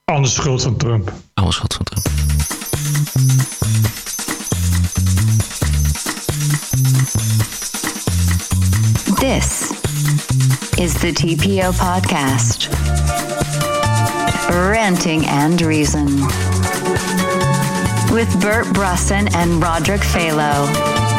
Anders schuld van Trump. Anders schuld van Trump. This is the TPO podcast. Ranting and Reason. With Bert Brussen and Roderick Phalo.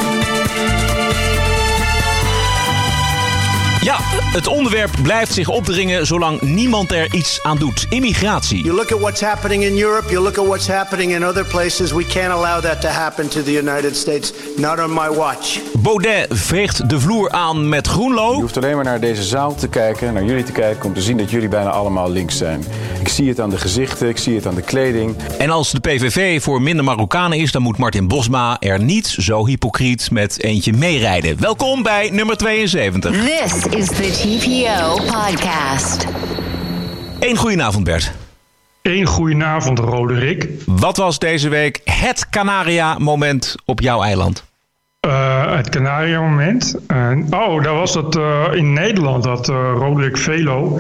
Ja, het onderwerp blijft zich opdringen zolang niemand er iets aan doet. Immigratie. You look at what's happening in Europe, you look at what's happening in other places. We can't allow that to happen to the United States. Not on my watch. Baudet veegt de vloer aan met Groenlo. Je hoeft alleen maar naar deze zaal te kijken, naar jullie te kijken, om te zien dat jullie bijna allemaal links zijn. Ik zie het aan de gezichten, ik zie het aan de kleding. En als de PVV voor minder Marokkanen is, dan moet Martin Bosma er niet zo hypocriet met eentje meerijden. Welkom bij nummer 72. This is the TPO podcast. Eén goedenavond, Bert. Een goedenavond, Roderick. Wat was deze week het Canaria-moment op jouw eiland? Het Canaria-moment. Daar was het in Nederland. Dat Roderick Phalo,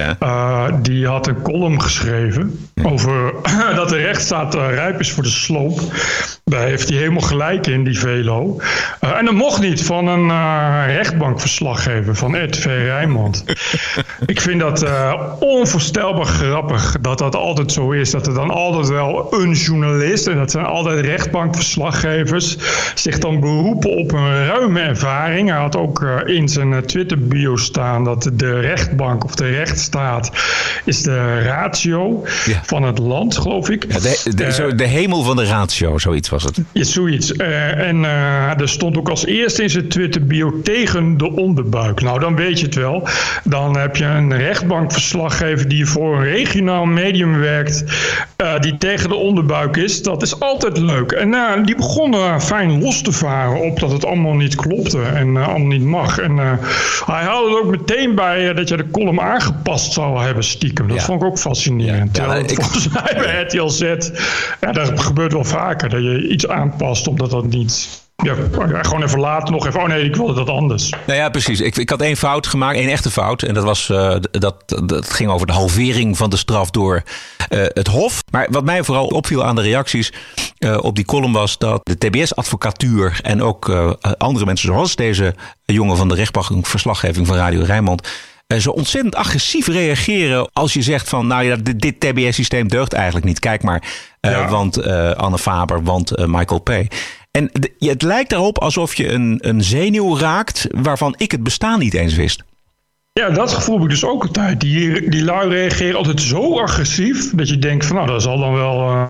die had een column geschreven over dat de rechtsstaat rijp is voor de sloop. Daar heeft hij helemaal gelijk in, die Phalo. En dat mocht niet van een rechtbankverslaggever van RTV Rijnmond. Ik vind dat onvoorstelbaar grappig dat dat altijd zo is. Dat er dan altijd wel een journalist, en dat zijn altijd rechtbankverslaggevers, zich dan beroepen op een ruime ervaring. Hij had ook in zijn Twitter-bio staan dat de rechtbank of de rechtsstaat is de ratio van het land, geloof ik. Ja, de hemel van de ratio, zoiets was het. Ja, zoiets. En er stond ook als eerste in zijn Twitter-bio tegen de onderbuik. Nou, dan weet je het wel. Dan heb je een rechtbankverslaggever die voor een regionaal medium werkt, die tegen de onderbuik is. Dat is altijd leuk. En die begonnen fijn los te varen op dat het allemaal niet klopte en allemaal niet mag. En hij haalde er ook meteen bij dat je de column aangepast zou hebben stiekem. Dat vond ik ook fascinerend. Volgens mij bij RTL Z, dat gebeurt wel vaker, dat je iets aanpast omdat dat niet... Ja, gewoon even later nog even. Oh nee, ik wilde dat anders. Nou ja, precies. Ik had één fout gemaakt, één echte fout. En dat was dat ging over de halvering van de straf door het Hof. Maar wat mij vooral opviel aan de reacties op die column was dat de TBS-advocatuur en ook andere mensen zoals deze jongen van de rechtbankverslaggeving van Radio Rijnmond zo ontzettend agressief reageren als je zegt van, nou ja, dit TBS-systeem deugt eigenlijk niet. Kijk maar, want Anne Faber, want Michael P. En het lijkt erop alsof je een zenuw raakt waarvan ik het bestaan niet eens wist. Ja, dat gevoel heb ik dus ook altijd. Die lui reageren altijd zo agressief dat je denkt van, nou, dat zal dan wel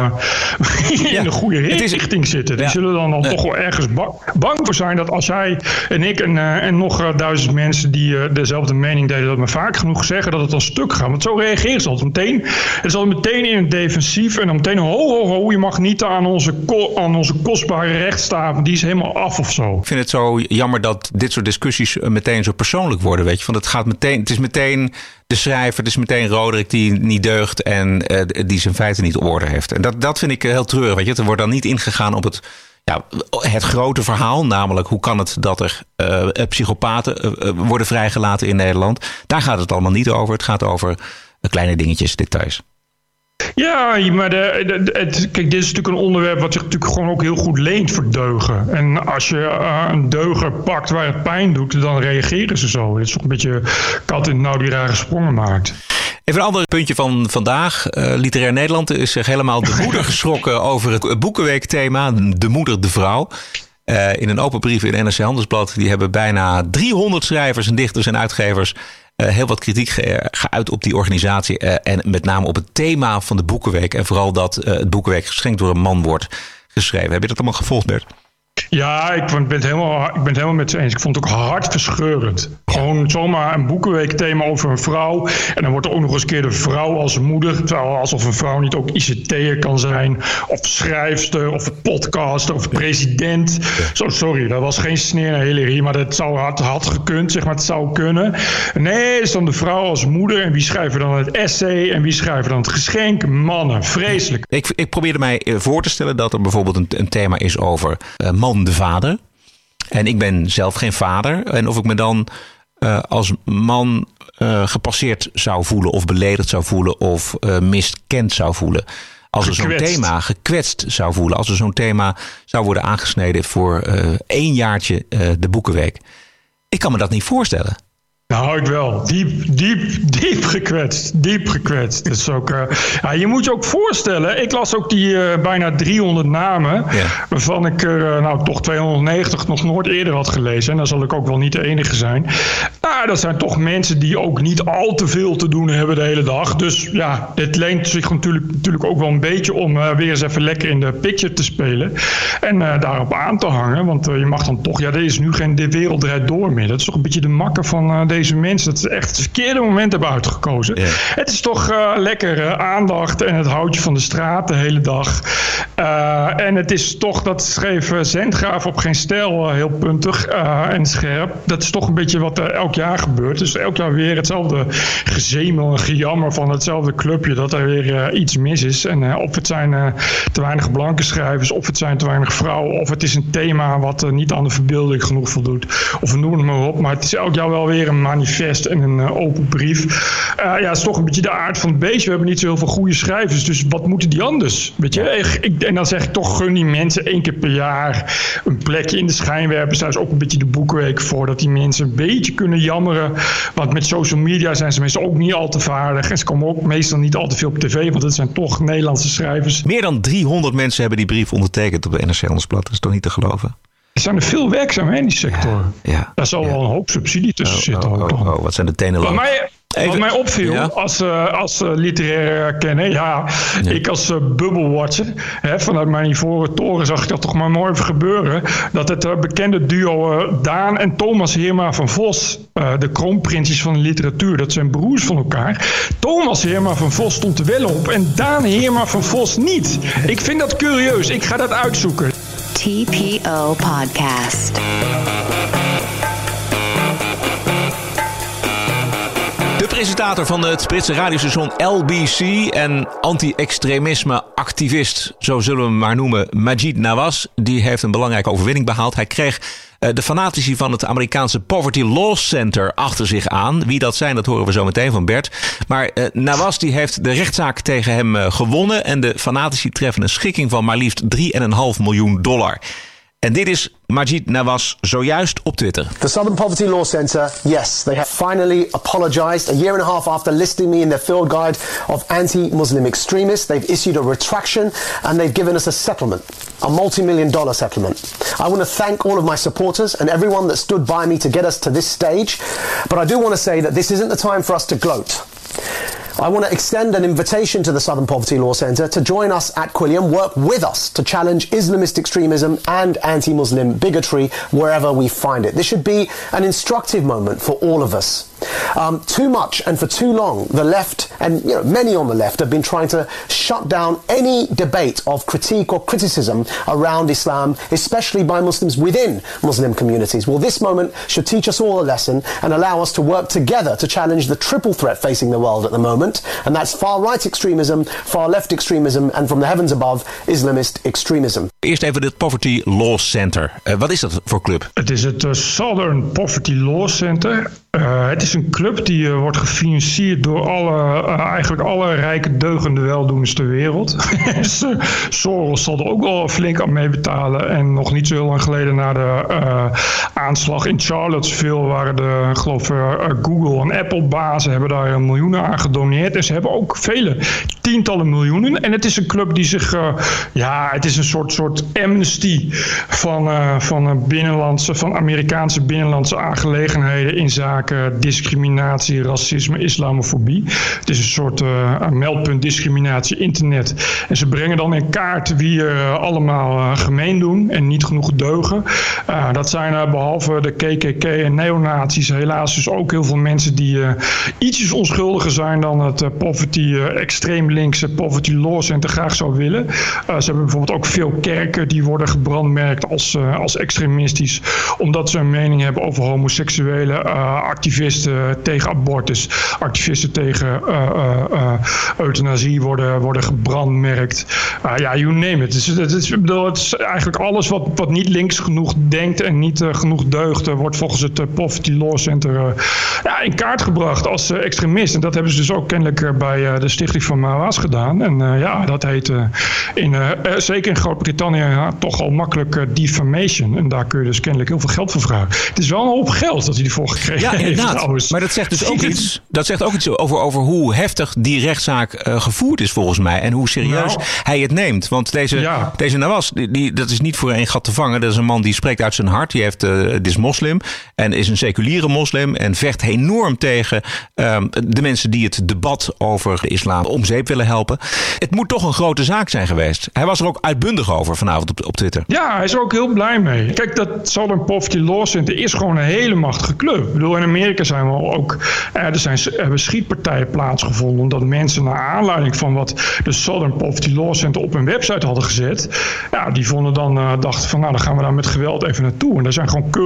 in de goede richting zitten. Die zullen dan toch wel ergens bang voor zijn dat als jij en ik en nog 1000 mensen die dezelfde mening deden, dat me vaak genoeg zeggen dat het dan stuk gaat. Want zo reageren ze altijd meteen. Het is altijd meteen in het defensief en dan meteen ho, je mag niet aan onze kostbare rechtsstaat, die is helemaal af of zo. Ik vind het zo jammer dat dit soort discussies meteen zo persoonlijk worden, weet je. Want het is meteen de schrijver, het is meteen Roderick die niet deugt en die zijn feiten niet op orde heeft. En dat vind ik heel treurig, weet je. Er wordt dan niet ingegaan op het grote verhaal, namelijk hoe kan het dat er psychopaten worden vrijgelaten in Nederland. Daar gaat het allemaal niet over. Het gaat over kleine dingetjes, details. Ja, maar kijk, dit is natuurlijk een onderwerp wat zich natuurlijk gewoon ook heel goed leent voor deugen. En als je een deuger pakt waar het pijn doet, dan reageren ze zo. Het is toch een beetje kat in het nauw die rare sprongen maakt. Even een ander puntje van vandaag. Literair Nederland is zich helemaal de moeder geschrokken over het Boekenweek-thema. De moeder, de vrouw. In een open brief in NRC Handelsblad. Die hebben bijna 300 schrijvers en dichters en uitgevers heel wat kritiek geuit op die organisatie. En met name op het thema van de Boekenweek. En vooral dat het Boekenweek geschenkt door een man wordt geschreven. Heb je dat allemaal gevolgd, Bert? Ja, ik ben het helemaal met ze eens. Ik vond het ook hartverscheurend. Gewoon zomaar een boekenweekthema over een vrouw. En dan wordt er ook nog eens een keer de vrouw als moeder. Terwijl alsof een vrouw niet ook ICT'er kan zijn. Of schrijfster, of podcaster, of president. Sorry, dat was geen sneer naar Hillary. Maar dat had gekund, zeg maar. Het zou kunnen. Nee, het is dan de vrouw als moeder. En wie schrijven dan het essay? En wie schrijven dan het geschenk? Mannen, vreselijk. Ik probeerde mij voor te stellen dat er bijvoorbeeld een thema is over man de vader. En ik ben zelf geen vader. En of ik me dan als man gepasseerd zou voelen of beledigd zou voelen of miskend zou voelen. Als er zo'n thema gekwetst zou voelen. Als er zo'n thema zou worden aangesneden voor 1 jaartje de Boekenweek. Ik kan me dat niet voorstellen. Nou, ik wel. Diep gekwetst. Diep gekwetst. Dat is ook, je moet je ook voorstellen. Ik las ook die bijna 300 namen. Ja. Waarvan ik er toch 290 nog nooit eerder had gelezen. En dan zal ik ook wel niet de enige zijn. Dat zijn toch mensen die ook niet al te veel te doen hebben de hele dag. Dus ja, dit leent zich natuurlijk ook wel een beetje om weer eens even lekker in de picture te spelen. En daarop aan te hangen. Want je mag dan toch... Ja, er is nu geen De Wereld Draait Door meer. Dat is toch een beetje de makker van deze mensen. Dat ze echt het verkeerde moment hebben uitgekozen. Yeah. Het is toch lekker aandacht en het houtje van de straat de hele dag. En het is toch, dat schreef Zendgraaf op Geen Stijl heel puntig en scherp. Dat is toch een beetje wat elk jaar gebeurt. Dus elk jaar weer hetzelfde gezemel en gejammer van hetzelfde clubje dat er weer iets mis is. En of het zijn te weinig blanke schrijvers, of het zijn te weinig vrouwen, of het is een thema wat niet aan de verbeelding genoeg voldoet. Of we noemen het maar op. Maar het is elk jaar wel weer een manifest en een open brief. Het is toch een beetje de aard van het beestje. We hebben niet zo heel veel goede schrijvers, dus wat moeten die anders? Weet je? En dan zeg ik toch, gun die mensen 1 keer per jaar een plekje in de schijnwerpers. Daar is ook een beetje de Boekenweek voor, dat die mensen een beetje kunnen jammeren. Want met social media zijn ze meestal ook niet al te vaardig. En ze komen ook meestal niet al te veel op tv, want het zijn toch Nederlandse schrijvers. Meer dan 300 mensen hebben die brief ondertekend op de NRC Handelsblad. Dat is toch niet te geloven? Er zijn er veel werkzaam in die sector. Ja. Daar zal wel een hoop subsidie tussen zitten. Wat zijn de tenen lang? Wat mij opviel als literaire kenner, ik als bubbelwatcher, vanuit mijn ivoren toren zag ik dat toch maar mooi even gebeuren, dat het bekende duo Daan en Thomas Heerma van Vos, de kroonprinsjes van de literatuur, dat zijn broers van elkaar. Thomas Heerma van Vos stond er wel op en Daan Heerma van Vos niet. Ik vind dat curieus, ik ga dat uitzoeken. TPO Podcast. De presentator van het Britse radiostation LBC en anti-extremisme-activist, zo zullen we hem maar noemen, Maajid Nawaz, die heeft een belangrijke overwinning behaald. Hij kreeg de fanatici van het Amerikaanse Poverty Law Center achter zich aan. Wie dat zijn, dat horen we zo meteen van Bert. Maar Nawaz die heeft de rechtszaak tegen hem gewonnen en de fanatici treffen een schikking van maar liefst $3,5 miljoen. En dit is Maajid Nawaz zojuist op Twitter. The Southern Poverty Law Center, yes, they have finally apologized. A year and a half after listing me in their field guide of anti-Muslim extremists, they've issued a retraction and they've given us a settlement, a multi-million-dollar settlement. I want to thank all of my supporters and everyone that stood by me to get us to this stage. But I do want to say that this isn't the time for us to gloat. I want to extend an invitation to the Southern Poverty Law Center to join us at Quilliam, work with us to challenge Islamist extremism and anti-Muslim bigotry wherever we find it. This should be an instructive moment for all of us. Too much and for too long, the left and many on the left have been trying to shut down any debate of critique or criticism around Islam, especially by Muslims within Muslim communities. Well, this moment should teach us all a lesson and allow us to work together to challenge the triple threat facing the world at the moment, and that's far-right extremism, far-left extremism, and from the heavens above, Islamist extremism. Eerst even het Poverty Law Center. Wat is dat voor club? Het is het Southern Poverty Law Center. Het is een club die wordt gefinancierd door eigenlijk alle rijke deugende weldoeners ter wereld. Soros zal er ook wel flink aan mee betalen. En nog niet zo heel lang geleden na de aanslag in Charlottesville waren de, geloof Google en Apple bazen hebben daar miljoenen aan gedoneerd. En ze hebben ook vele tientallen miljoenen. En het is een club die zich, het is een soort amnesty van Amerikaanse binnenlandse aangelegenheden in zaken discriminatie, racisme, islamofobie. Het is een soort meldpunt discriminatie internet. En ze brengen dan in kaart wie er allemaal gemeen doen en niet genoeg deugen. Dat zijn behalve de KKK en neonazies helaas dus ook heel veel mensen die ietsjes onschuldiger zijn dan het extreem linkse Poverty Law Center graag zou willen. Ze hebben bijvoorbeeld ook veel kerken die worden gebrandmerkt als extremistisch, omdat ze een mening hebben over homoseksuele activisten tegen abortus, activisten tegen euthanasie worden gebrandmerkt. You name it. Het is eigenlijk alles wat niet links genoeg denkt en niet genoeg deugt, wordt volgens het Poverty Law Center in kaart gebracht als extremist. En dat hebben ze dus ook kennelijk bij de stichting van Mawas gedaan. En dat heet zeker in Groot-Brittannië toch al makkelijk defamation. En daar kun je dus kennelijk heel veel geld voor vragen. Het is wel een hoop geld dat hij ervoor gekregen heeft. Inderdaad. Maar dat zegt dus ook iets over hoe heftig die rechtszaak gevoerd is volgens mij. En hoe serieus hij het neemt. Want deze Nawaz, dat is niet voor één gat te vangen. Dat is een man die spreekt uit zijn hart. Die is moslim en is een seculiere moslim. En vecht enorm tegen de mensen die het debat over de islam om zeep willen helpen. Het moet toch een grote zaak zijn geweest. Hij was er ook uitbundig over vanavond op Twitter. Ja, hij is er ook heel blij mee. Kijk, dat Southern Poverty Law Center is gewoon een hele machtige club. Ik bedoel, in Amerika zijn we ook... hebben schietpartijen plaatsgevonden omdat mensen naar aanleiding van wat de Southern Poverty Law Center op hun website hadden gezet, die vonden dachten van dan gaan we daar met geweld even naartoe. En daar zijn gewoon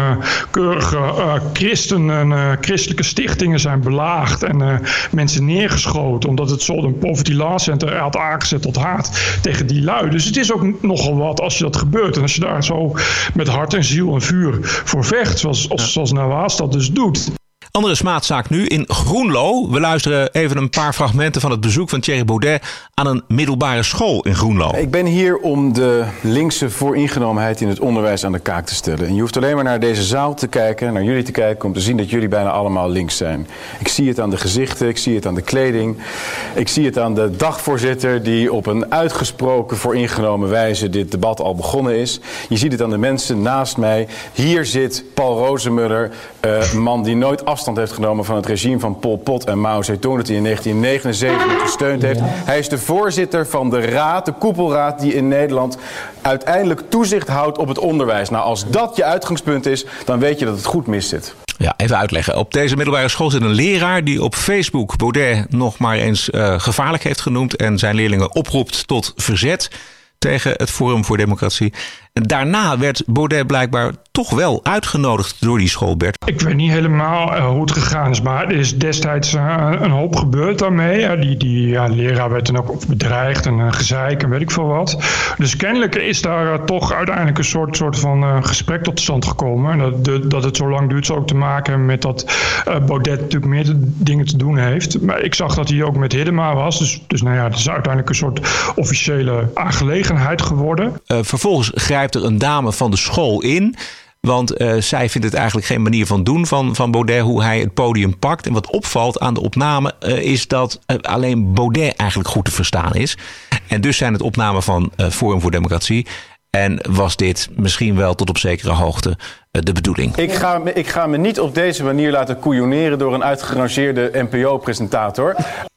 keurige christelijke stichtingen zijn belaagd en mensen neergeschoten omdat het Southern Poverty Law Center had aangezet tot haat tegen die lui. Dus het is ook nogal wat als je dat gebeurt. En als je daar zo met hart en ziel en vuur voor vecht, zoals Nawaz dat dus doet. Andere smaadzaak nu in Groenlo. We luisteren even een paar fragmenten van het bezoek van Thierry Baudet aan een middelbare school in Groenlo. Ik ben hier om de linkse vooringenomenheid in het onderwijs aan de kaak te stellen. En je hoeft alleen maar naar deze zaal te kijken, naar jullie te kijken, om te zien dat jullie bijna allemaal links zijn. Ik zie het aan de gezichten, ik zie het aan de kleding. Ik zie het aan de dagvoorzitter die op een uitgesproken vooringenomen wijze dit debat al begonnen is. Je ziet het aan de mensen naast mij. Hier zit Paul Rozemuller, een man die nooit afstand heeft genomen van het regime van Pol Pot en Mao Zedong, dat hij in 1979 gesteund heeft. Hij is de voorzitter van de raad, de koepelraad, die in Nederland uiteindelijk toezicht houdt op het onderwijs. Nou, als dat je uitgangspunt is, dan weet je dat het goed mis zit. Ja, even uitleggen. Op deze middelbare school zit een leraar die op Facebook Baudet nog maar eens gevaarlijk heeft genoemd en zijn leerlingen oproept tot verzet tegen het Forum voor Democratie. En daarna werd Baudet blijkbaar toch wel uitgenodigd door die school, Bert. Ik weet niet helemaal hoe het gegaan is, maar er is destijds een hoop gebeurd daarmee. Die leraar werd dan ook bedreigd en gezeik en weet ik veel wat. Dus kennelijk is daar toch uiteindelijk een soort van gesprek tot stand gekomen. En dat het zo lang duurt, zou ook te maken hebben met dat Baudet natuurlijk meer dingen te doen heeft. Maar ik zag dat hij ook met Hiddema was. Dus het is uiteindelijk een soort officiële aangelegenheid geworden. Vervolgens grijpt er een dame van de school in. Want zij vindt het eigenlijk geen manier van doen van Baudet, hoe hij het podium pakt. En wat opvalt aan de opname is dat alleen Baudet eigenlijk goed te verstaan is. En dus zijn het opnamen van Forum voor Democratie. En was dit misschien wel tot op zekere hoogte de bedoeling? Ik ga me niet op deze manier laten koeioneren door een uitgerangeerde NPO-presentator.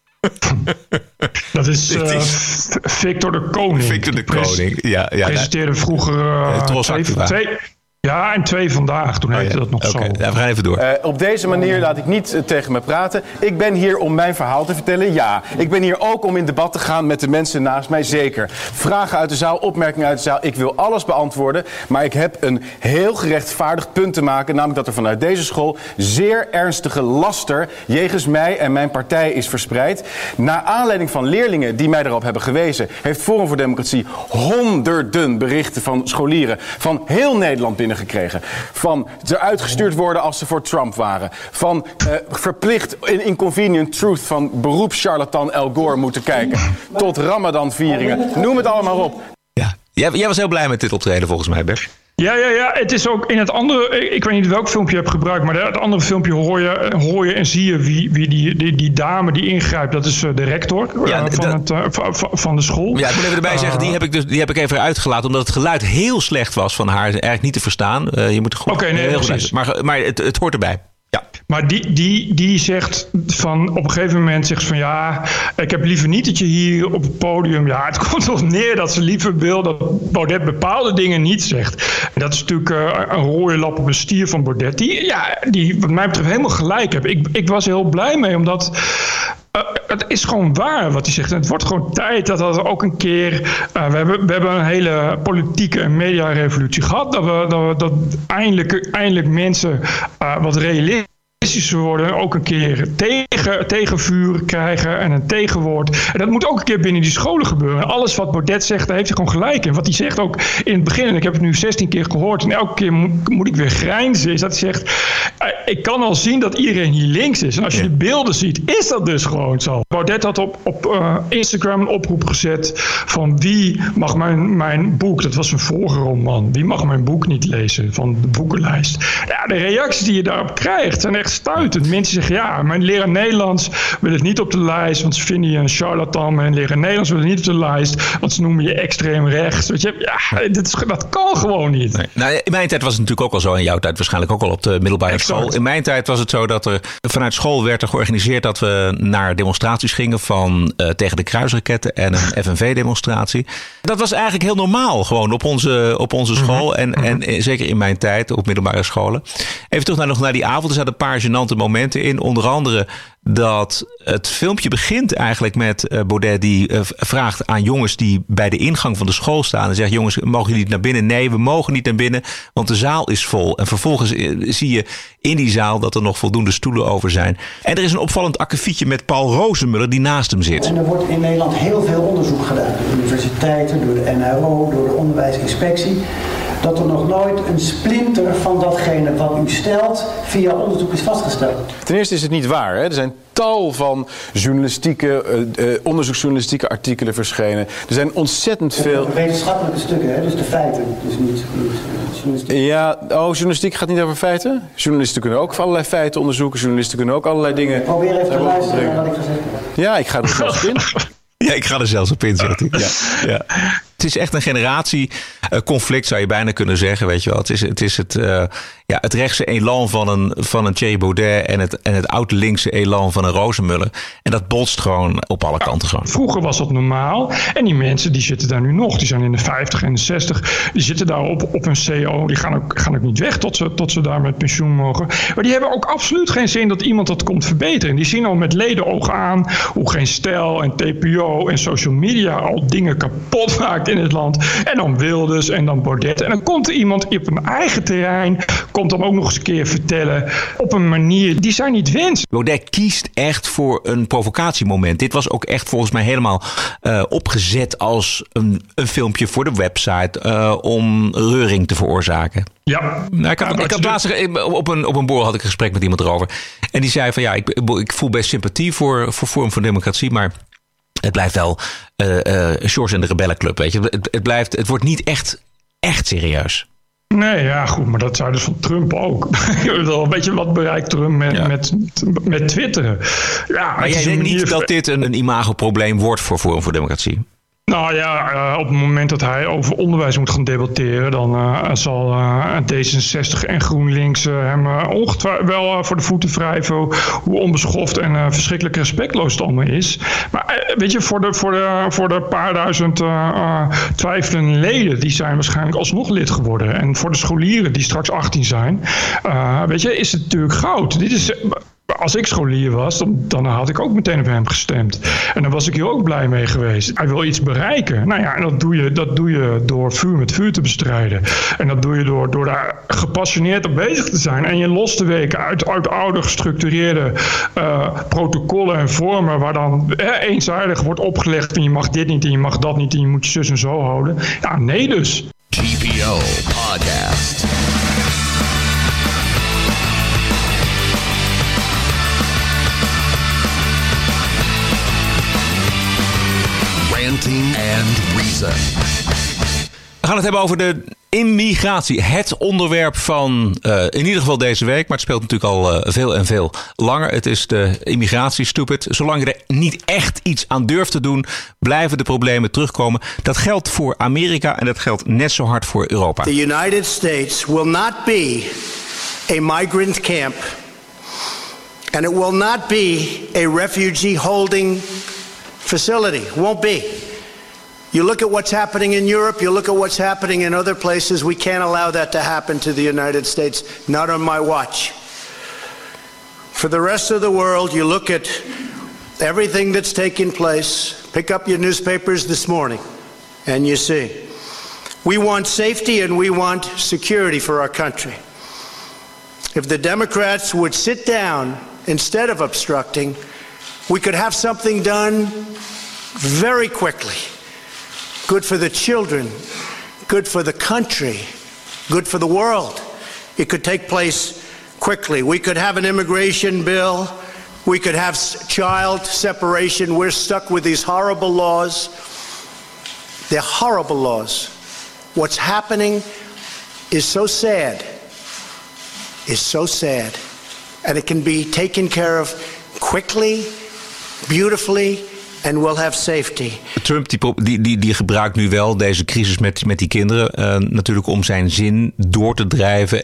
Dat is Victor de Koning. Victor de Koning, ja. Presenteerde vroeger twee vandaag. Toen heette dat nog zo. Ja, we gaan even door. Op deze manier laat ik niet tegen me praten. Ik ben hier om mijn verhaal te vertellen, ja. Ik ben hier ook om in debat te gaan met de mensen naast mij, zeker. Vragen uit de zaal, opmerkingen uit de zaal. Ik wil alles beantwoorden. Maar ik heb een heel gerechtvaardigd punt te maken. Namelijk dat er vanuit deze school zeer ernstige laster jegens mij en mijn partij is verspreid. Naar aanleiding van leerlingen die mij erop hebben gewezen, heeft Forum voor Democratie honderden berichten van scholieren van heel Nederland binnengekregen. Van eruit gestuurd worden als ze voor Trump waren. Van verplicht in Inconvenient Truth van beroepscharlatan Al Gore moeten kijken. Tot Ramadan-vieringen. Noem het allemaal op. Ja. Jij was heel blij met dit optreden volgens mij, Bert. Ja. Het is ook in het andere... Ik weet niet welk filmpje je hebt gebruikt, maar het andere filmpje hoor je en zie je wie die dame die ingrijpt. Dat is de rector van de school. Ja, ik moet even erbij zeggen, die heb ik even uitgelaten, omdat het geluid heel slecht was van haar. Eigenlijk niet te verstaan. Je moet goed... Oké, nee, precies. Maar het hoort erbij. Ja. Maar die zegt op een gegeven moment zegt van ik heb liever niet dat je hier op het podium... Ja, het komt erop neer dat ze liever wil dat Baudet bepaalde dingen niet zegt. En dat is natuurlijk een rode lap op een stier van Baudet. Die wat mij betreft helemaal gelijk heb. Ik was er heel blij mee, omdat... het is gewoon waar wat hij zegt. En het wordt gewoon tijd dat ook een keer... We hebben een hele politieke en mediarevolutie gehad. Dat eindelijk mensen wat realistisch extremistischer worden. Ook een keer tegenvuur krijgen en een tegenwoord. En dat moet ook een keer binnen die scholen gebeuren. Alles wat Baudet zegt, daar heeft hij gewoon gelijk in. Wat hij zegt ook in het begin, en ik heb het nu 16 keer gehoord, en elke keer moet ik weer grijnzen, is dat hij zegt, ik kan al zien dat iedereen hier links is. En als je de beelden ziet, is dat dus gewoon zo. Baudet had op Instagram een oproep gezet van wie mag mijn boek, dat was een vorige roman, wie mag mijn boek niet lezen van de boekenlijst. Ja, de reacties die je daarop krijgt zijn echt stuitend. Mensen zeggen, ja, mijn leraar Nederlands wil het niet op de lijst, want ze vinden je een charlatan. Mijn leraar Nederlands wil het niet op de lijst, want ze noemen je extreem rechts. Weet je, ja, dat kan gewoon niet. Nee. Nou, in mijn tijd was het natuurlijk ook al zo, in jouw tijd waarschijnlijk ook al op de middelbare school. In mijn tijd was het zo dat er vanuit school werd er georganiseerd dat we naar demonstraties gingen van tegen de kruisraketten en een FNV-demonstratie. Dat was eigenlijk heel normaal gewoon op onze school en zeker in mijn tijd op middelbare scholen. Even terug naar die avond. Er zaten een paar gênante momenten in. Onder andere dat het filmpje begint eigenlijk met Baudet die vraagt aan jongens die bij de ingang van de school staan en zegt, jongens, mogen jullie niet naar binnen? Nee, we mogen niet naar binnen, want de zaal is vol. En vervolgens zie je in die zaal dat er nog voldoende stoelen over zijn. En er is een opvallend akkefietje met Paul Rozenmuller die naast hem zit. En er wordt in Nederland heel veel onderzoek gedaan. Door de universiteiten, door de NRO, door de onderwijsinspectie. Dat er nog nooit een splinter van datgene wat u stelt via onderzoek is vastgesteld. Ten eerste is het niet waar. Hè? Er zijn tal van onderzoeksjournalistieke artikelen verschenen. Er zijn ontzettend veel wetenschappelijke stukken, hè? Dus de feiten. Dus niet journalistiek. Ja, journalistiek gaat niet over feiten. Journalisten kunnen ook allerlei feiten onderzoeken. Journalisten kunnen ook allerlei dingen. Probeer even te luisteren naar wat ik gezegd heb. Ja, ik ga er zelfs in. Ja, ik ga er zelfs op in, zegt hij. Ja. Het is echt een generatieconflict, zou je bijna kunnen zeggen. Weet je wel. Het is het rechtse elan van een Thierry Baudet en het oud-linkse elan van een Rozenmuller. En dat botst gewoon op alle kanten. Gewoon. Vroeger was dat normaal. En die mensen die zitten daar nu nog. Die zijn in de 50 en de 60. Die zitten daar op een CO. Die gaan ook niet weg tot ze daar met pensioen mogen. Maar die hebben ook absoluut geen zin dat iemand dat komt verbeteren. Die zien al met ledenogen aan hoe geen Stijl en TPO en social media al dingen kapot maakt in het land. En dan Wilders en dan Baudet. En dan komt er iemand op een eigen terrein, komt dan ook nog eens een keer vertellen op een manier die zij niet wenst. Baudet kiest echt voor een provocatiemoment. Dit was ook echt volgens mij helemaal opgezet als een filmpje voor de website om reuring te veroorzaken. Ja. Nou, ik had laatst op een borrel had ik een gesprek met iemand erover. En die zei van ja, ik voel best sympathie voor Forum voor Democratie, maar het blijft wel George en de Rebellenclub, weet je. Het wordt niet echt serieus. Nee, ja, goed, maar dat zou dus van Trump ook. Weet je, wat bereikt Trump met twitteren? Ja, maar jij denkt niet dat dit een imagoprobleem wordt voor Forum voor Democratie? Nou ja, op het moment dat hij over onderwijs moet gaan debatteren, dan zal D66 en GroenLinks hem ongetwijfeld wel voor de voeten wrijven hoe onbeschoft en verschrikkelijk respectloos het allemaal is. Maar weet je, voor de paar duizend twijfelende leden, die zijn waarschijnlijk alsnog lid geworden. En voor de scholieren die straks 18 zijn, weet je, is het natuurlijk goud. Dit is... Als ik scholier was, dan had ik ook meteen op hem gestemd. En dan was ik hier ook blij mee geweest. Hij wil iets bereiken. Nou ja, en dat doe je door vuur met vuur te bestrijden. En dat doe je door daar gepassioneerd op bezig te zijn. En je los te weken uit oude gestructureerde protocollen en vormen, waar dan eenzijdig wordt opgelegd en je mag dit niet en je mag dat niet en je moet je zus en zo houden. Ja, nee dus. TPO Podcast. And Reason. We gaan het hebben over de immigratie. Het onderwerp van in ieder geval deze week. Maar het speelt natuurlijk al veel en veel langer. Het is de immigratie, stupid. Zolang je er niet echt iets aan durft te doen, blijven de problemen terugkomen. Dat geldt voor Amerika en dat geldt net zo hard voor Europa. The United States will not be a migrant camp. And it will not be a refugee holding facility. Won't be. You look at what's happening in Europe, you look at what's happening in other places, we can't allow that to happen to the United States, not on my watch. For the rest of the world, you look at everything that's taking place, pick up your newspapers this morning, and you see. We want safety and we want security for our country. if the Democrats would sit down instead of obstructing, we could have something done very quickly. Good for the children, good for the country, good for the world. It could take place quickly. We could have an immigration bill. We could have child separation. We're stuck with these horrible laws. They're horrible laws. What's happening is so sad. And it can be taken care of quickly, beautifully, and we'll have safety. Trump die gebruikt nu wel deze crisis met die kinderen natuurlijk om zijn zin door te drijven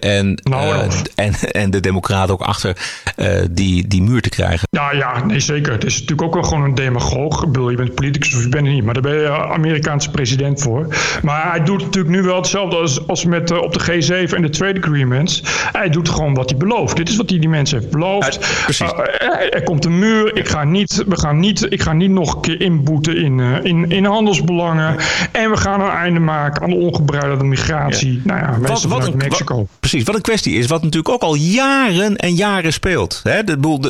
en de democraten ook achter die muur te krijgen. Ja, nee, zeker. Het is natuurlijk ook wel gewoon een demagoog. Ik bedoel, je bent politicus of je bent het niet, maar daar ben je Amerikaanse president voor. Maar hij doet natuurlijk nu wel hetzelfde als met op de G7 en de trade agreements. Hij doet gewoon wat hij belooft. Dit is wat hij die mensen heeft beloofd. Precies. Er komt een muur. Ik ga niet nog een keer inboeten in handelsbelangen. En we gaan een einde maken aan de ongebreidelde migratie. Ja. Nou ja, mensen vanuit Mexico. Precies, wat een kwestie is, wat natuurlijk ook al jaren en jaren speelt. Hè?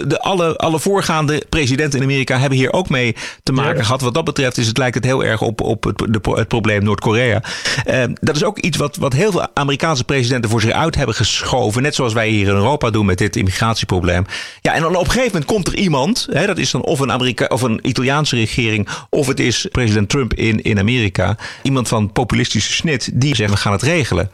Alle voorgaande presidenten in Amerika hebben hier ook mee te maken gehad. Wat dat betreft lijkt het heel erg op het probleem Noord-Korea. Dat is ook iets wat heel veel Amerikaanse presidenten voor zich uit hebben geschoven. Net zoals wij hier in Europa doen met dit immigratieprobleem. Ja, en dan op een gegeven moment komt er iemand, hè, dat is dan of een Italiaanse regering, of het is president Trump in Amerika. Iemand van populistische snit die zegt, we gaan het regelen.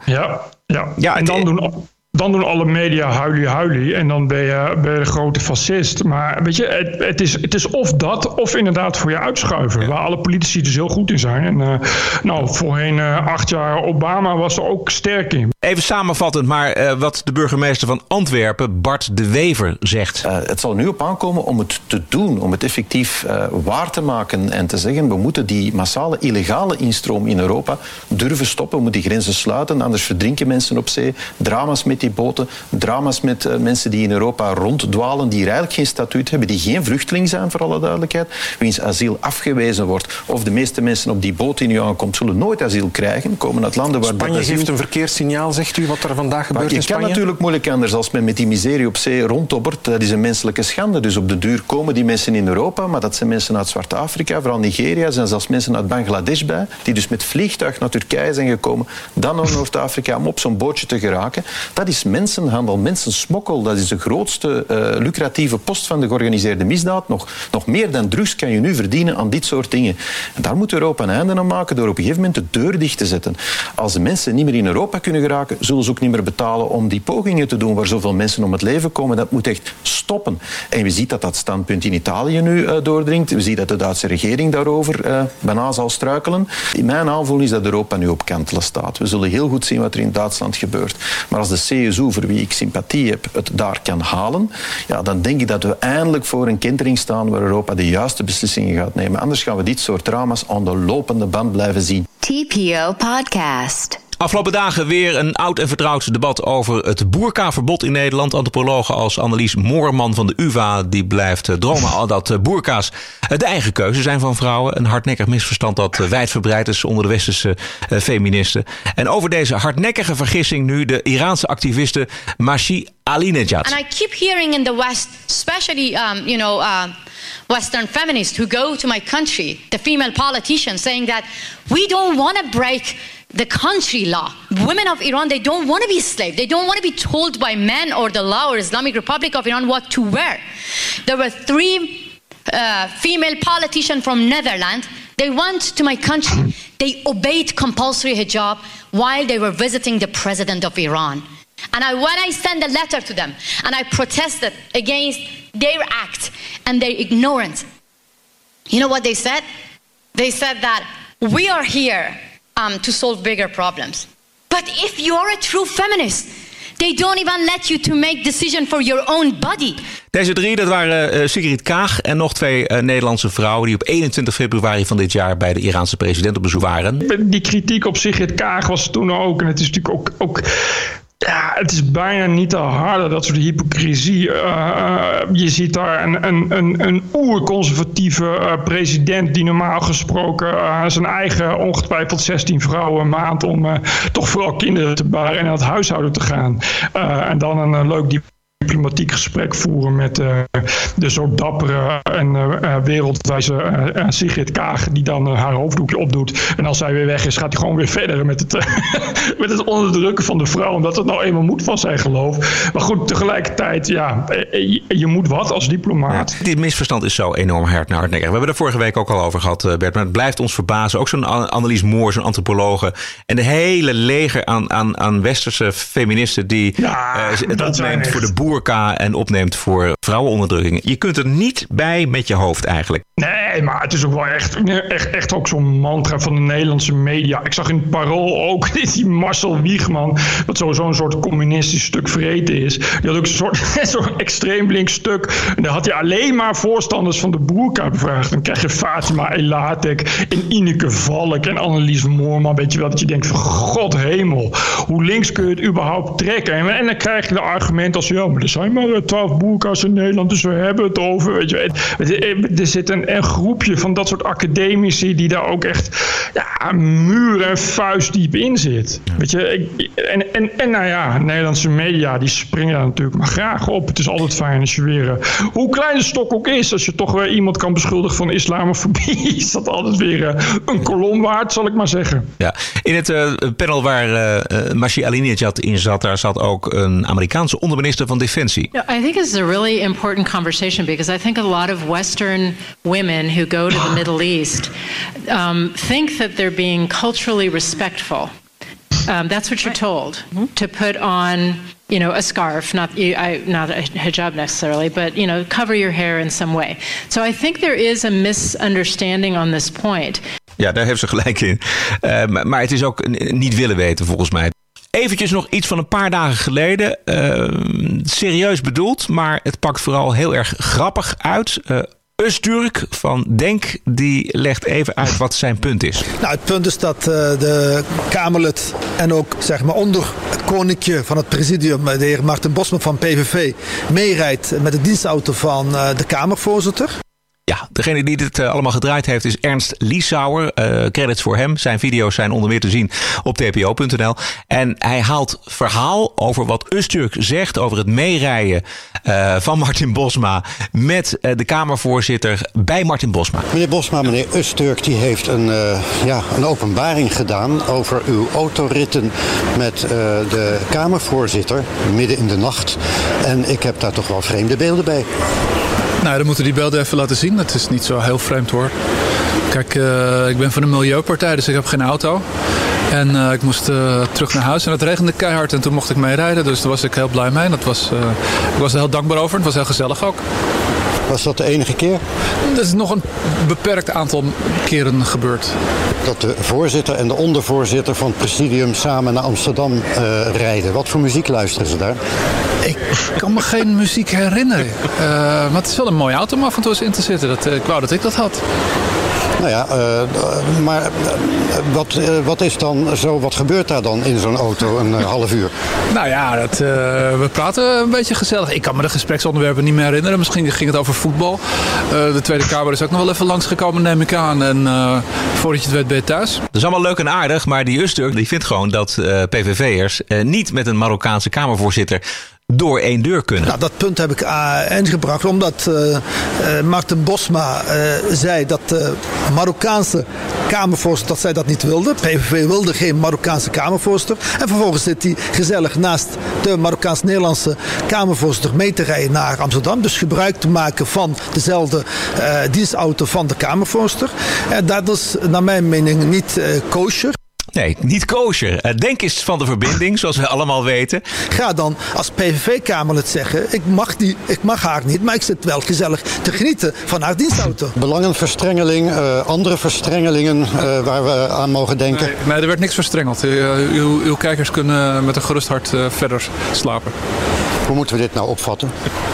Ja, en dan doen alle media huilie en dan ben je de grote fascist. Maar weet je, het is of dat of inderdaad voor je uitschuiven. Ja. Waar alle politici dus heel goed in zijn. En voorheen 8 jaar Obama was er ook sterk in. Even samenvattend, maar wat de burgemeester van Antwerpen, Bart de Wever, zegt. Het zal nu op aankomen om het te doen, om het effectief waar te maken en te zeggen, we moeten die massale illegale instroom in Europa durven stoppen. We moeten die grenzen sluiten, anders verdrinken mensen op zee. Drama's met die boten, drama's met mensen die in Europa ronddwalen, die hier eigenlijk geen statuut hebben, die geen vluchteling zijn, voor alle duidelijkheid, wiens asiel afgewezen wordt, of de meeste mensen op die boot die nu aankomt, zullen nooit asiel krijgen, komen uit landen waar Spanje geeft een verkeerssignaal, zegt u, wat er vandaag gebeurt in Spanje? Je kan natuurlijk moeilijk anders als men met die miserie op zee ronddobbert. Dat is een menselijke schande. Dus op de duur komen die mensen in Europa, maar dat zijn mensen uit Zwart-Afrika, vooral Nigeria, er zijn zelfs mensen uit Bangladesh bij, die dus met vliegtuig naar Turkije zijn gekomen, dan naar Noord-Afrika om op zo'n bootje te geraken. Dat is mensenhandel, mensensmokkel. Dat is de grootste lucratieve post van de georganiseerde misdaad. Nog meer dan drugs kan je nu verdienen aan dit soort dingen. En daar moet Europa een einde aan maken door op een gegeven moment de deur dicht te zetten. Als de mensen niet meer in Europa kunnen geraken, zullen ze ook niet meer betalen om die pogingen te doen waar zoveel mensen om het leven komen. Dat moet echt stoppen. En we zien dat standpunt in Italië nu doordringt. We zien dat de Duitse regering daarover bijna zal struikelen. In mijn aanvoeling is dat Europa nu op kantelen staat. We zullen heel goed zien wat er in Duitsland gebeurt. Maar als de CSU, voor wie ik sympathie heb, het daar kan halen, ja, dan denk ik dat we eindelijk voor een kentering staan waar Europa de juiste beslissingen gaat nemen. Anders gaan we dit soort drama's aan de lopende band blijven zien. TPO Podcast. Afgelopen dagen weer een oud en vertrouwd debat over het boerkaverbod in Nederland. Antropologen als Annelies Moorman van de UvA die blijft dromen dat boerka's de eigen keuze zijn van vrouwen. Een hardnekkig misverstand dat wijdverbreid is onder de westerse feministen. En over deze hardnekkige vergissing nu de Iraanse activiste Mahsa Alinejad. And I keep hearing in the West, especially Western feminists who go to my country, the female politicians, saying that we don't want to break the country law. Women of Iran, they don't want to be slaves. They don't want to be told by men or the law or Islamic Republic of Iran what to wear. There were 3 female politicians from Netherlands. They went to my country. They obeyed compulsory hijab while they were visiting the president of Iran. And when I sent a letter to them and I protested against their act and their ignorance, you know what they said? They said that we are here to solve bigger problems. But if you are a true feminist, they don't even let you to make decision for your own body. Deze 3, dat waren Sigrid Kaag en nog 2 Nederlandse vrouwen die op 21 februari van dit jaar bij de Iraanse president op bezoek waren. Die kritiek op Sigrid Kaag was toen ook, en het is natuurlijk ook Ja, het is bijna niet te harden, dat soort hypocrisie. Je ziet daar een oerconservatieve president die normaal gesproken zijn eigen ongetwijfeld 16 vrouwen een maand om toch vooral kinderen te baren en naar het huishouden te gaan. En dan een leuk diplomatiek gesprek voeren met de zo dappere en wereldwijze Sigrid Kaag, die dan haar hoofddoekje opdoet. En als zij weer weg is, gaat hij gewoon weer verder met het onderdrukken van de vrouw, omdat het nou eenmaal moet van zijn geloof. Maar goed, tegelijkertijd, ja, je moet wat als diplomaat. Ja, dit misverstand is zo enorm hardnekkig. We hebben er vorige week ook al over gehad, Bert, maar het blijft ons verbazen. Ook zo'n Annelies Moor, zo'n antropologe, en de hele leger aan westerse feministen die het opneemt voor de burka en opneemt voor vrouwenonderdrukking. Je kunt er niet bij met je hoofd eigenlijk. Nee, maar het is ook wel echt ook zo'n mantra van de Nederlandse media. Ik zag in het Parool ook die Marcel Wiegman, wat sowieso een soort communistisch stuk vreten is. Die had ook zo'n extreem links stuk. En daar had hij alleen maar voorstanders van de burka bevraagd. Dan krijg je Fatima Elatek en Ineke Valk en Annelies Moorman. Weet je wel, dat je denkt van God hemel, hoe links kun je het überhaupt trekken? En dan krijg je de argument als, ja, maar er zijn maar 12 burka's in Nederland, dus we hebben het over. Weet je, er zit een groepje van dat soort academici die daar ook echt muur en vuistdiep in zit. Ja. Weet je, en nou ja, Nederlandse media die springen daar natuurlijk maar graag op. Het is altijd fijn als je weer, hoe klein de stok ook is, als je toch weer iemand kan beschuldigen van islamofobie, is dat altijd weer een kolom waard, zal ik maar zeggen. Ja, in het panel waar Masih Alinejad in zat, daar zat ook een Amerikaanse onderminister van Defensie. I think it's a really important conversation because I think a lot of Western women who go to the Middle East think that they're being culturally respectful. That's what you're told, to put on, a scarf, not a hijab necessarily, but, cover your hair in some way. So I think there is a misunderstanding on this point. Ja, daar heeft ze gelijk in. Maar het is ook niet willen weten, volgens mij. Eventjes nog iets van een paar dagen geleden. Serieus bedoeld, maar het pakt vooral heel erg grappig uit. Öztürk van Denk, die legt even uit wat zijn punt is. Nou, het punt is dat de Kamerlid en ook zeg maar onderkoninkje van het presidium, de heer Martin Bosma van PVV, meerijdt met de dienstauto van de Kamervoorzitter. Ja, degene die dit allemaal gedraaid heeft is Ernst Liesauer. Credits voor hem. Zijn video's zijn onder meer te zien op tpo.nl. En hij haalt verhaal over wat Öztürk zegt over het meerijden van Martin Bosma met de Kamervoorzitter bij Martin Bosma. Meneer Bosma, meneer Öztürk die heeft een openbaring gedaan over uw autoritten met de Kamervoorzitter midden in de nacht. En ik heb daar toch wel vreemde beelden bij. Nou, dan moeten die beelden even laten zien. Het is niet zo heel vreemd hoor. Kijk, ik ben van een milieupartij, dus ik heb geen auto. En ik moest terug naar huis en het regende keihard en toen mocht ik meerijden. Dus daar was ik heel blij mee. Ik was er heel dankbaar over. Het was heel gezellig ook. Was dat de enige keer? Dat is nog een beperkt aantal keren gebeurd. Dat de voorzitter en de ondervoorzitter van het presidium samen naar Amsterdam rijden. Wat voor muziek luisteren ze daar? Ik kan me geen muziek herinneren. Maar het is wel een mooie auto om af en toe eens in te zitten. Ik wou dat ik dat had. Nou ja, maar wat is dan zo? Wat gebeurt daar dan in zo'n auto een half uur? Nou ja, we praten een beetje gezellig. Ik kan me de gespreksonderwerpen niet meer herinneren. Misschien ging het over voetbal. De Tweede Kamer is ook nog wel even langsgekomen, neem ik aan. En voordat je het weet ben je thuis. Dat is allemaal leuk en aardig, maar die Öztürk die vindt gewoon dat PVV'ers niet met een Marokkaanse Kamervoorzitter door één deur kunnen. Nou, dat punt heb ik ingebracht omdat Martin Bosma zei dat de Marokkaanse Kamervoorzitter dat zij dat niet wilde. PVV wilde geen Marokkaanse Kamervoorzitter. En vervolgens zit hij gezellig naast de Marokkaans-Nederlandse Kamervoorzitter mee te rijden naar Amsterdam. Dus gebruik te maken van dezelfde dienstauto van de Kamervoorzitter. En dat is naar mijn mening niet kosher. Nee, niet kosher. Denk eens van de verbinding, zoals we allemaal weten. Ga dan als PVV-Kamerlid zeggen, ik mag haar niet, maar ik zit wel gezellig te genieten van haar dienstauto. Belangenverstrengeling, andere verstrengelingen waar we aan mogen denken? Nee, er werd niks verstrengeld. Uw kijkers kunnen met een gerust hart verder slapen. Hoe moeten we dit nou opvatten?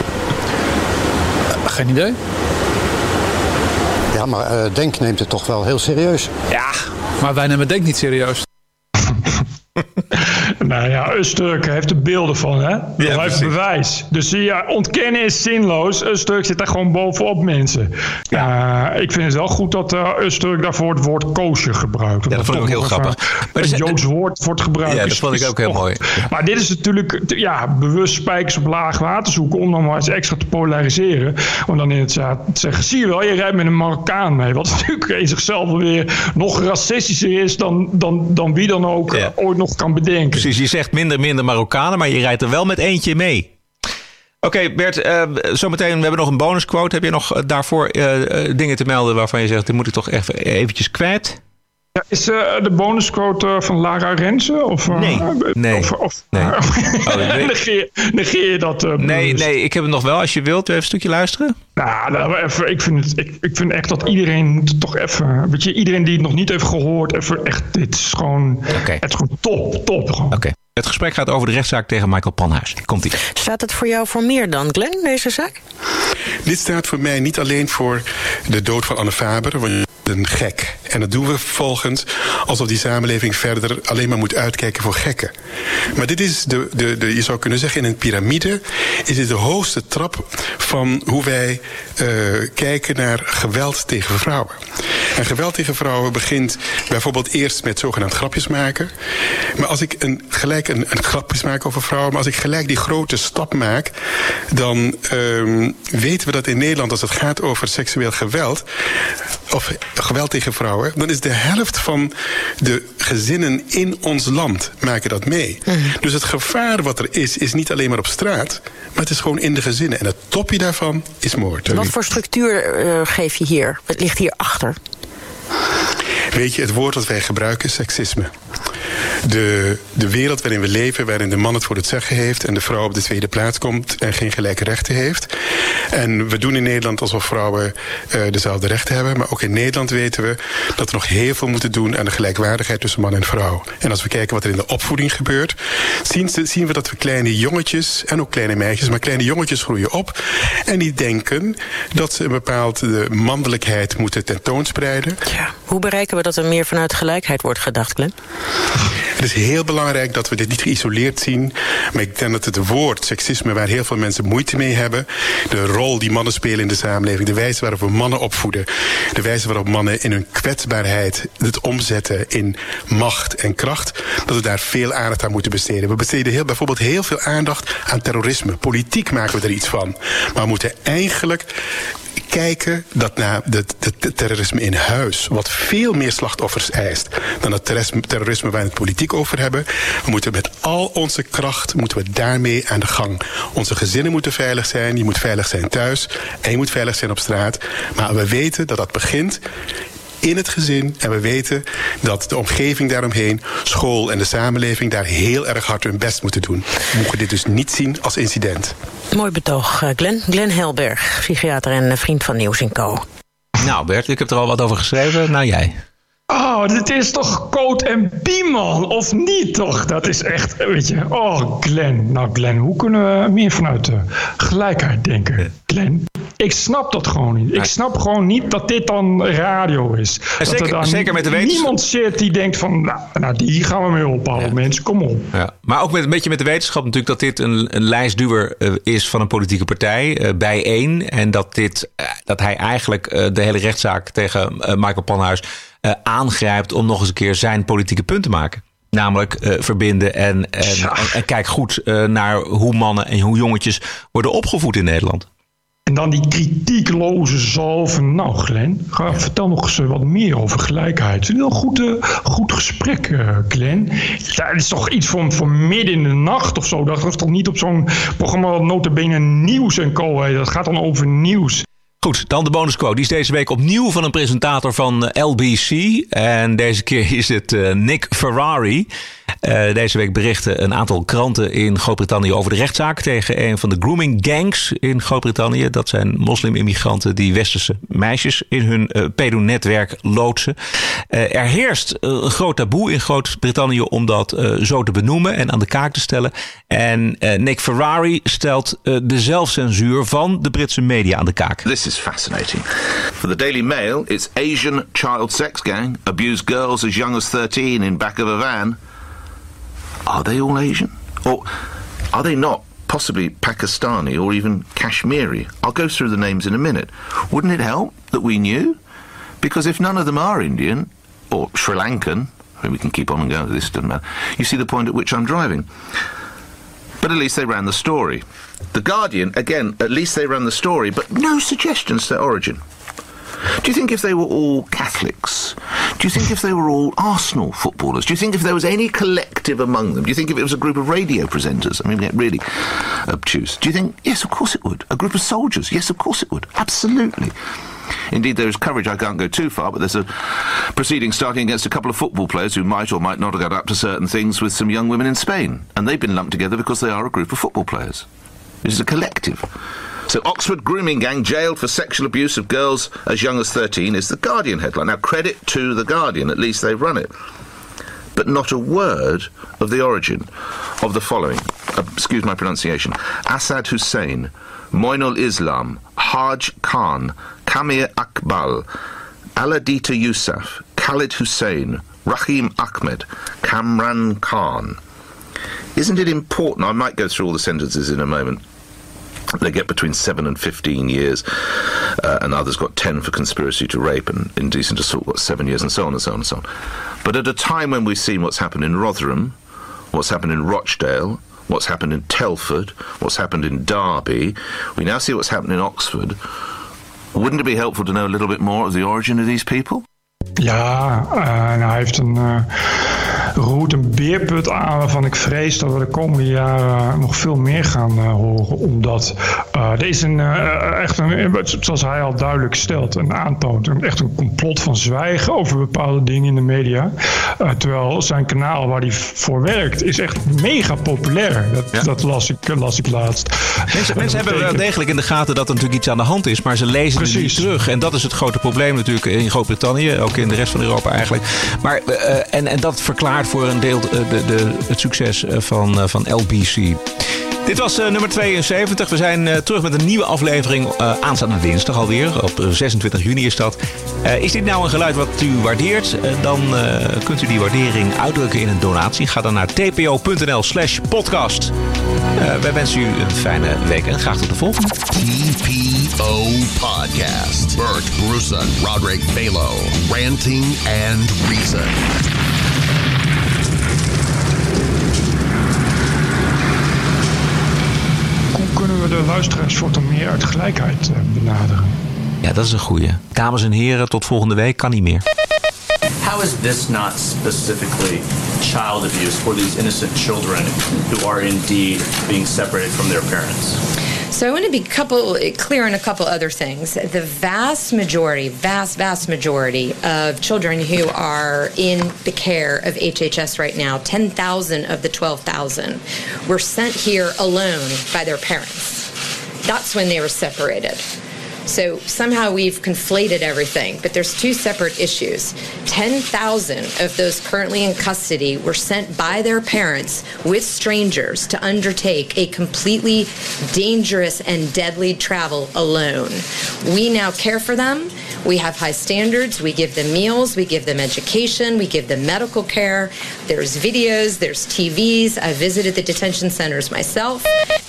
Geen idee. Ja, maar Denk neemt het toch wel heel serieus. Ja, maar wij nemen Denk niet serieus. Nou ja, Öztürk heeft er beelden van, hè? Hij heeft bewijs. Dus ja, ontkennen is zinloos. Öztürk zit daar gewoon bovenop, mensen. Ik vind het wel goed dat Öztürk daarvoor het woord koosje gebruikt. Ja, dat vond ik ook heel grappig. Een Joods woord wordt gebruikt. Ja, dat vond ik ook heel mooi. Maar dit is natuurlijk bewust spijkers op laag water zoeken om dan maar eens extra te polariseren. Om dan in het zeggen, zie je wel, je rijdt met een Marokkaan mee. Wat natuurlijk in zichzelf alweer nog racistischer is dan wie dan ook ooit nog kan bedenken. Precies, je zegt minder Marokkanen, maar je rijdt er wel met eentje mee. Oké, Bert, zometeen, we hebben nog een bonusquote. Heb je nog daarvoor dingen te melden waarvan je zegt, die moet ik toch even eventjes kwijt? Ja, is de bonusquote van Lara Rensen? Of, nee. Nee. Negeer je dat? Nee, ik heb het nog wel. Als je wilt, even een stukje luisteren. Nou, even, ik vind echt dat iedereen toch even... Weet je, iedereen die het nog niet heeft gehoord... Even echt, dit is gewoon... Okay. Het is gewoon top gewoon. Oké. Het gesprek gaat over de rechtszaak tegen Michael Panhuis. Komt-ie. Staat het voor jou voor meer dan, Glenn, deze zaak? Dit staat voor mij niet alleen voor de dood van Anne Faber... want een gek. En dat doen we vervolgens alsof die samenleving verder alleen maar moet uitkijken voor gekken. Maar dit is je zou kunnen zeggen, in een piramide is dit de hoogste trap van hoe wij kijken naar geweld tegen vrouwen. En geweld tegen vrouwen begint bijvoorbeeld eerst met zogenaamd grapjes maken. Maar als ik gelijk een grapjes maak over vrouwen, maar als ik gelijk die grote stap maak, dan weten we dat in Nederland, als het gaat over seksueel geweld, of geweld tegen vrouwen, dan is de helft van de gezinnen in ons land maken dat mee. Dus het gevaar wat er is niet alleen maar op straat, maar het is gewoon in de gezinnen. En het topje daarvan is moord. Wat voor structuur geef je hier? Wat ligt hier achter? Weet je, het woord dat wij gebruiken is seksisme. De wereld waarin we leven, waarin de man het voor het zeggen heeft en de vrouw op de tweede plaats komt en geen gelijke rechten heeft. En we doen in Nederland alsof vrouwen dezelfde rechten hebben. Maar ook in Nederland weten we dat we nog heel veel moeten doen aan de gelijkwaardigheid tussen man en vrouw. En als we kijken wat er in de opvoeding gebeurt, zien we dat we kleine jongetjes en ook kleine meisjes, maar kleine jongetjes groeien op. En die denken dat ze een bepaalde mannelijkheid moeten tentoonspreiden. Ja. Hoe bereiken we dat er meer vanuit gelijkheid wordt gedacht, Glenn? Het is heel belangrijk dat we dit niet geïsoleerd zien. Maar ik denk dat het woord seksisme, waar heel veel mensen moeite mee hebben, de rol die mannen spelen in de samenleving, de wijze waarop we mannen opvoeden, de wijze waarop mannen in hun kwetsbaarheid het omzetten in macht en kracht, dat we daar veel aandacht aan moeten besteden. We besteden bijvoorbeeld heel veel aandacht aan terrorisme. Politiek maken we er iets van. Maar we moeten eigenlijk kijken dat naar het terrorisme in huis, wat veel meer slachtoffers eist dan het terrorisme waar we het politiek over hebben. We moeten met al onze kracht daarmee aan de gang. Onze gezinnen moeten veilig zijn, je moet veilig zijn thuis en je moet veilig zijn op straat. Maar we weten dat dat begint in het gezin. En we weten dat de omgeving daaromheen, school en de samenleving daar heel erg hard hun best moeten doen. We mogen dit dus niet zien als incident. Mooi betoog, Glenn. Glenn Helberg, psychiater en vriend van Nieuws & Co. Nou Bert, ik heb er al wat over geschreven. Nou jij. Oh, dit is toch Code en Bieman, of niet toch? Dat is echt, weet je. Oh, Glenn. Nou, Glenn, hoe kunnen we meer vanuit de gelijkheid denken? Glenn, ik snap dat gewoon niet. Ik snap gewoon niet dat dit dan radio is. Zeker met de wetenschap. Niemand zit die denkt van, nou die gaan we mee ophouden, mensen, kom op. Ja. Maar ook een beetje met de wetenschap natuurlijk dat dit een lijstduwer is van een politieke partij, bijeen. En dat hij eigenlijk de hele rechtszaak tegen Michael Panhuis aangrijpt om nog eens een keer zijn politieke punt te maken. Namelijk verbinden en kijk goed naar hoe mannen en hoe jongetjes worden opgevoed in Nederland. En dan die kritiekloze zalven. Nou Glenn, vertel nog eens wat meer over gelijkheid. Het is een heel goed gesprek, Glenn. Ja, het is toch iets van midden in de nacht of zo. Dat is toch niet op zo'n programma dat nota bene Nieuws & Co. heet. Dat gaat dan over nieuws. Goed, dan de bonusquote. Die is deze week opnieuw van een presentator van LBC. En deze keer is het Nick Ferrari. Deze week berichten een aantal kranten in Groot-Brittannië over de rechtszaak tegen een van de grooming gangs in Groot-Brittannië. Dat zijn moslim-immigranten die westerse meisjes in hun pedonetwerk loodsen. Er heerst een groot taboe in Groot-Brittannië om dat zo te benoemen en aan de kaak te stellen. En Nick Ferrari stelt de zelfcensuur van de Britse media aan de kaak. This is fascinating. For the Daily Mail, it's Asian child sex gang abused girls as young as 13 in back of a van. Are they all Asian? Or are they not possibly Pakistani or even Kashmiri? I'll go through the names in a minute. Wouldn't it help that we knew? Because if none of them are Indian or Sri Lankan, we can keep on and go, this doesn't matter. You see the point at which I'm driving. But at least they ran the story. The Guardian, again, at least they ran the story, but no suggestions to origin. Do you think if they were all Catholics? Do you think if they were all Arsenal footballers? Do you think if there was any collective among them? Do you think if it was a group of radio presenters? I mean, we get really obtuse. Do you think, yes, of course it would. A group of soldiers? Yes, of course it would. Absolutely. Indeed, there is coverage, I can't go too far, but there's a proceeding starting against a couple of football players who might or might not have got up to certain things with some young women in Spain. And they've been lumped together because they are a group of football players. It is a collective. So Oxford grooming gang jailed for sexual abuse of girls as young as 13 is the Guardian headline. Now, credit to the Guardian, at least they've run it. But not a word of the origin of the following. Excuse my pronunciation. Asad Hussein, Moinul Islam, Haj Khan, Kamir Akbal, Aladita Yousaf, Khalid Hussein, Rahim Ahmed, Kamran Khan. Isn't it important? I might go through all the sentences in a moment. They get between 7 and 15 years, and others got 10 for conspiracy to rape, and indecent assault got 7 years, and so on and so on and so on. But at a time when we've seen what's happened in Rotherham, what's happened in Rochdale, what's happened in Telford, what's happened in Derby, we now see what's happened in Oxford. Wouldn't it be helpful to know a little bit more of the origin of these people? Ja, en hij heeft roert een beerput aan waarvan ik vrees dat we de komende jaren nog veel meer gaan horen. Omdat er is echt een, zoals hij al duidelijk stelt en aantoont, echt een complot van zwijgen over bepaalde dingen in de media. Terwijl zijn kanaal waar hij voor werkt is echt mega populair. Dat las ik laatst. Mensen hebben wel degelijk in de gaten dat er natuurlijk iets aan de hand is, maar ze lezen het niet terug. En dat is het grote probleem natuurlijk in Groot-Brittannië, ook in de rest van Europa eigenlijk. Maar, en dat verklaart voor een deel het succes van LBC. Dit was nummer 72. We zijn terug met een nieuwe aflevering aanstaande dinsdag alweer. Op 26 juni is dat. Is dit nou een geluid wat u waardeert? Dan kunt u die waardering uitdrukken in een donatie. Ga dan naar tpo.nl/podcast. Wij wensen u een fijne week en graag tot de volgende. TPO Podcast. Bert Brussen, Roderick Balo. Ranting and Reason. Kunnen we de luisteraars voortaan meer uit gelijkheid benaderen? Ja, dat is een goeie. Dames en heren, tot volgende week. Kan niet meer. How is this not specifically child abuse for these innocent children who are indeed being separated from their parents? So I want to be clear on a couple other things. The vast majority of children who are in the care of HHS right now, 10,000 of the 12,000, were sent here alone by their parents. That's when they were separated. So somehow we've conflated everything, but there's two separate issues. 10,000 of those currently in custody were sent by their parents with strangers to undertake a completely dangerous and deadly travel alone. We now care for them. We have high standards. We give them meals. We give them education. We give them medical care. There's videos. There's TVs. I visited the detention centers myself.